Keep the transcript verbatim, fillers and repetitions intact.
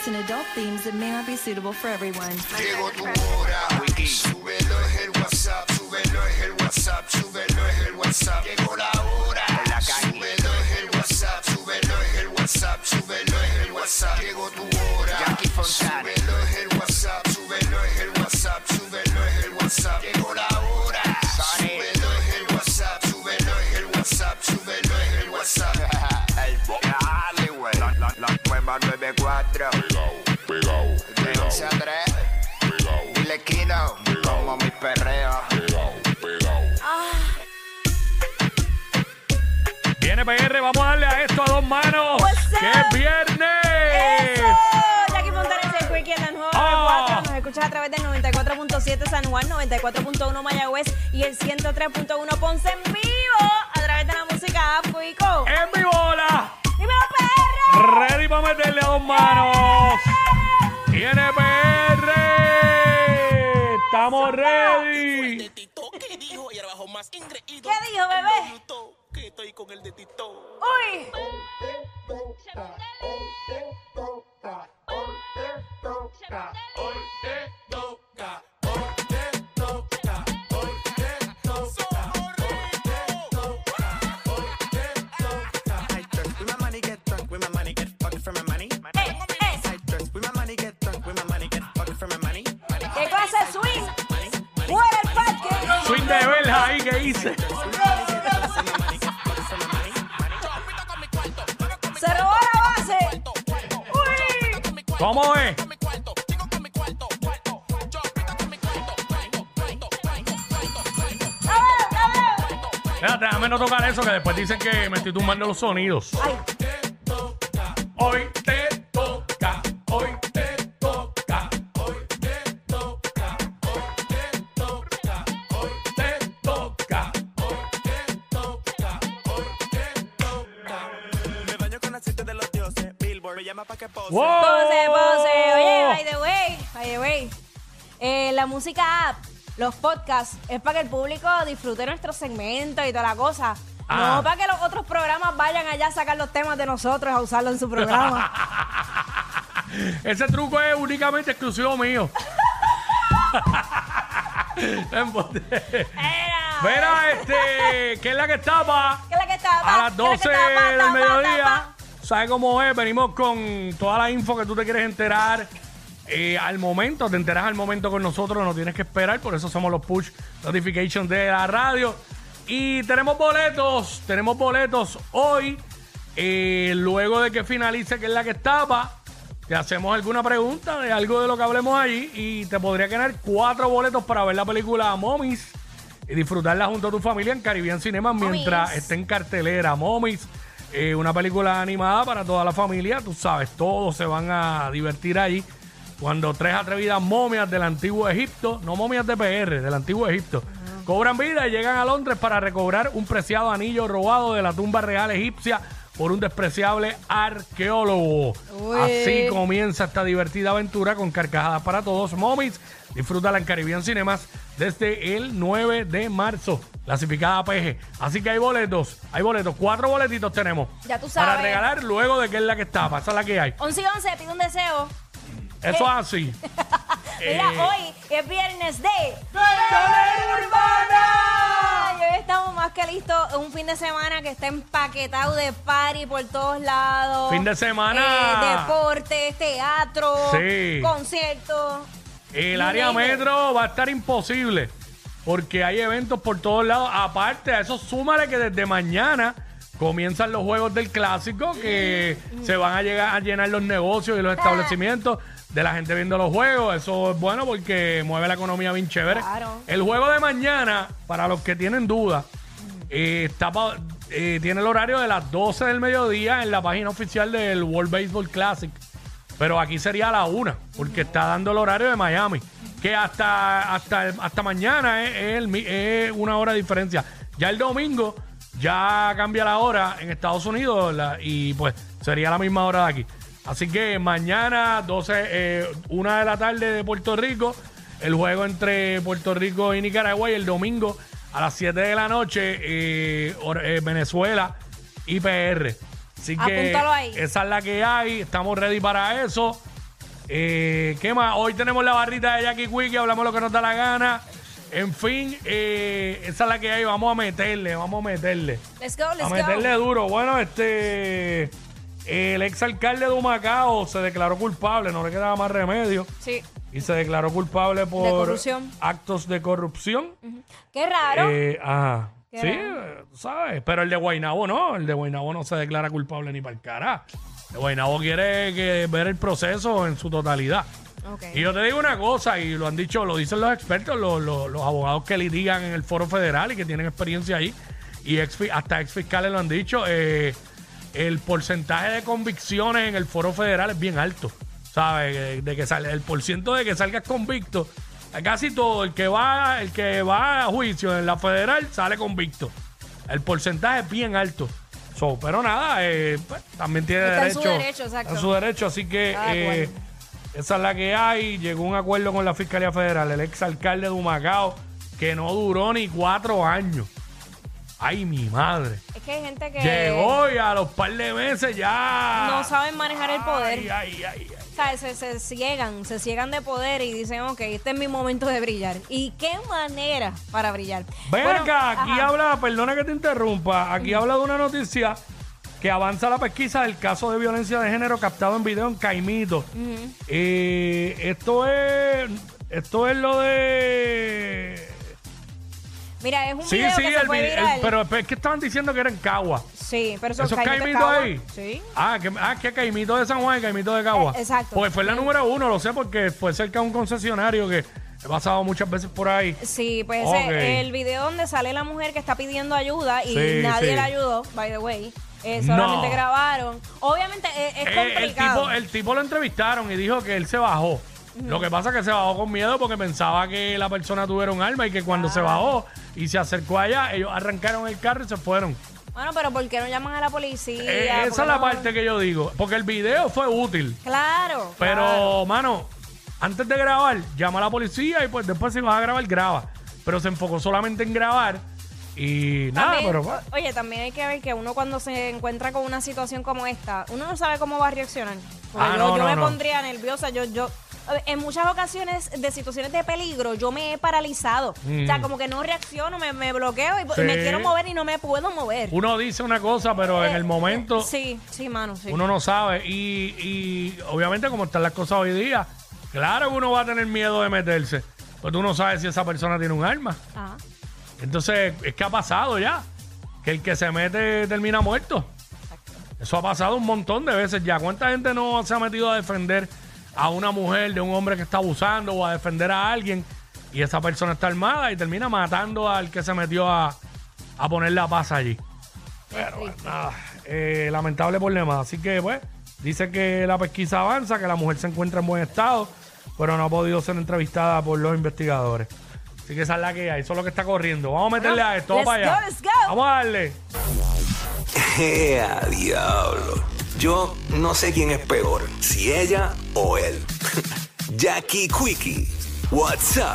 and adult themes that may not be suitable for everyone. Llegó tu hora, súbelo es el WhatsApp, súbelo es el WhatsApp, súbelo es el WhatsApp. Llegó la hora, súbelo es el WhatsApp, súbelo es el WhatsApp, súbelo es el WhatsApp. Llegó tu hora, súbelo es el WhatsApp, súbelo es el WhatsApp, súbelo es el WhatsApp. Llegó la hora, súbelo es el WhatsApp, súbelo es el WhatsApp, súbelo es el WhatsApp. Dale, güey. La, la, la nueva noventa y cuatro. Pegao, pegao, De once a tres. Dile Kino, como mi perreo. pegao, pegao. Viene P R, vamos a darle a esto a dos manos. What's up? ¡Que es viernes! ¡Eso! Jackie Fontanes y el Quickie en la nueva Ah. cuatro. Nos escuchas a través del noventa y cuatro punto siete San Juan, noventa y cuatro punto uno Mayagüez y el ciento tres punto uno Ponce en vivo a través de la música app, Quico. ¡En mi bola! ¡Dímelo, P R! Ready para meterle a dos manos. Viene P R. Estamos ready. De Tito, ¿qué dijo? Y ahora bajo más increíble. ¿Qué dijo, bebé? Que estoy con el de Tito. ¡Uy! I dress with my money, get drunk with my money, get fucked for my money. ¡Eh, eh! I dress with my money, get drunk with my money, get fucked for my money. Money, ¿Qué clase de swing? money, money. ¡Fuera el parque! Swing de verja ahí que hice. ¡Se robó la base! ¡Uy! ¿Cómo es? ¡A ver, a ver! Espérate, déjame no tocar eso que después dicen que me estoy tumbando los sonidos. ¡Ay! Hoy te toca, hoy te toca, hoy te toca, hoy te toca, hoy te toca, hoy te toca, hoy te toca. Me baño con aceite de los dioses. Billboard me llama pa' que pose. ¡Wow! Pose, pose. Oye, by the way, by the way, eh, la música app, los podcasts, es para que el público disfrute nuestros segmentos y toda la cosa. Ah. No para que los otros programas vayan allá a sacar los temas de nosotros a usarlo en su programa. Ese truco es únicamente exclusivo mío. Embuste. Era. Mira, este, ¿qué es la que estaba? ¿Qué es la que está? A las ¿Qué es la doce que está? Pa, del pa, pa, mediodía. pa. ¿Sabes cómo es? Venimos con toda la info que tú te quieres enterar eh, al momento. Te enteras al momento con nosotros, no tienes que esperar. Por eso somos los push notifications de la radio. Y tenemos boletos, tenemos boletos hoy. eh, luego de que finalice que es la que estaba, te hacemos alguna pregunta de algo de lo que hablemos allí y te podría ganar cuatro boletos para ver la película Momis y disfrutarla junto a tu familia en Caribbean Cinema mientras Momis. esté en cartelera. Momis, eh, una película animada para toda la familia, tú sabes, todos se van a divertir allí. Cuando tres atrevidas momias del antiguo Egipto, no momias de P R, del antiguo Egipto, cobran vida y llegan a Londres para recobrar un preciado anillo robado de la tumba real egipcia por un despreciable arqueólogo. Uy. Así comienza esta divertida aventura con carcajadas para todos. Momis, disfrútala en Caribbean Cinemas desde el nueve de marzo, clasificada P G. Así que hay boletos, hay boletos, cuatro boletitos tenemos. Ya tú sabes. Para regalar luego de que es la que está, esa es la que hay. once y once, pide un deseo. Eso es así. Mira, Eh. hoy es viernes de Vengador Urbana. Y hoy estamos más que listos. Un fin de semana que está empaquetado de party por todos lados. Fin de semana. Eh, deportes, teatro, Sí. conciertos. El You área name it. metro va a estar imposible porque hay eventos por todos lados. Aparte a eso, súmale que desde mañana comienzan los juegos del clásico que se van a llegar a llenar los negocios y los establecimientos de la gente viendo los juegos. Eso es bueno porque mueve la economía bien chévere. Claro. El juego de mañana, para los que tienen dudas, eh, está pa- eh, tiene el horario de las doce del mediodía en la página oficial del World Baseball Classic. Pero aquí sería a la una, porque está dando el horario de Miami. Que hasta, hasta, hasta mañana es, es el mi- es una hora de diferencia. Ya el domingo ya cambia la hora en Estados Unidos la- y pues sería la misma hora de aquí. Así que mañana, doce, eh, una de la tarde de Puerto Rico, el juego entre Puerto Rico y Nicaragua, y el domingo a las siete de la noche, eh, hor- eh, Venezuela y P R. Así que Apúntalo ahí. esa es la que hay, estamos ready para eso. Eh, ¿Qué más? Hoy tenemos la barrita de Jackie Quickie, hablamos lo que nos da la gana. En fin, eh, esa es la que hay. Vamos a meterle, vamos a meterle. Let's go, let's A go. meterle duro. Bueno, este... El exalcalde de Humacao se declaró culpable, no le quedaba más remedio. Sí. Y se declaró culpable por corrupción. actos de corrupción. Qué raro. Eh, ajá. Qué Sí, raro. eh, tú sabes. Pero el de Guaynabo no. El de Guaynabo no se declara culpable ni para el cara. El de Guaynabo quiere que ver el proceso en su totalidad. Okay. Y yo te digo una cosa, y lo han dicho, lo dicen los expertos, los, los, los abogados que litigan en el foro federal y que tienen experiencia ahí, y ex, hasta ex fiscales lo han dicho, eh, el porcentaje de convicciones en el foro federal es bien alto. ¿Sabes? De que sale, el porciento de que salgas convicto, casi todo, el que va, el que va a juicio en la federal sale convicto. El porcentaje es bien alto. So, pero nada, eh, pues, también tiene Está en derecho. su derecho, exacto. Está en su derecho, así que Cada eh, cual. esa es la que hay. Llegó un acuerdo con la Fiscalía Federal, el exalcalde de Humacao, que no duró ni cuatro años. Ay, mi madre. Es que hay gente que Llegó y a los par de meses ya. no saben manejar el poder. Ay, ay, ay, ay. O sea, se, se ciegan, se ciegan de poder y dicen, ok, este es mi momento de brillar. ¿Y qué manera para brillar? Ven Bueno, acá, aquí ajá. habla, perdona que te interrumpa, aquí habla de una noticia que avanza la pesquisa del caso de violencia de género captado en video en Caimito. Eh, esto es, esto es lo de... Mira, es un Sí, video sí, que el se fue vi- el- viral. pero es que estaban diciendo que era en Cagua. Sí, pero ¿Eso son es Caimito Caimito Cagua. ahí? Sí. Ah, que, ah, que Caimito de San Juan y Caimito de Cagua. Eh, exacto. Porque fue la número uno, lo sé, porque fue cerca de un concesionario que he pasado muchas veces por ahí. Sí, pues Ok. ese- el video donde sale la mujer que está pidiendo ayuda y Sí, nadie sí. la ayudó, by the way. Eh, solamente No. grabaron. Obviamente eh, es, Eh, el, complicado. tipo, el tipo lo entrevistaron y dijo que él se bajó. Lo que pasa es que se bajó con miedo porque pensaba que la persona tuviera un arma y que cuando se bajó y se acercó allá, ellos arrancaron el carro y se fueron. Bueno, pero ¿por qué no llaman a la policía? Eh, ¿Por esa qué es la no? parte que yo digo. Porque el video fue útil. Claro. Pero, claro. mano, antes de grabar, llama a la policía y pues después si vas a grabar, graba. Pero se enfocó solamente en grabar y nada, También, pero... pues, o- Oye, también hay que ver que uno cuando se encuentra con una situación como esta, uno no sabe cómo va a reaccionar. Porque Ah, yo, no, yo no, me no. pondría nerviosa, yo, yo, en muchas ocasiones de situaciones de peligro, yo me he paralizado. O sea, como que no reacciono, me, me bloqueo y, y Sí. me quiero mover y no me puedo mover. uno dice una cosa, pero en Eh, el momento... Sí, sí, mano, sí. Uno no sabe. Y, y obviamente, como están las cosas hoy día, claro que uno va a tener miedo de meterse. Pues tú no sabes si esa persona tiene un arma. Ajá. Entonces, es que ha pasado ya. Que el que se mete termina muerto. Eso ha pasado un montón de veces ya. ¿Cuánta gente no se ha metido a defender a una mujer de un hombre que está abusando o a defender a alguien y esa persona está armada y termina matando al que se metió a, a poner la paz allí? Pero bueno, nada, eh, lamentable problema. Así que, pues, dice que la pesquisa avanza, que la mujer se encuentra en buen estado, pero no ha podido ser entrevistada por los investigadores. Así que esa es la que hay, eso es lo que está corriendo. Vamos a meterle a esto, vamos let's para allá. go, let's go. Vamos a darle. ¡Ea, diablo! Yo no sé quién es peor, si ella o él. Jackie Quickie, what's up?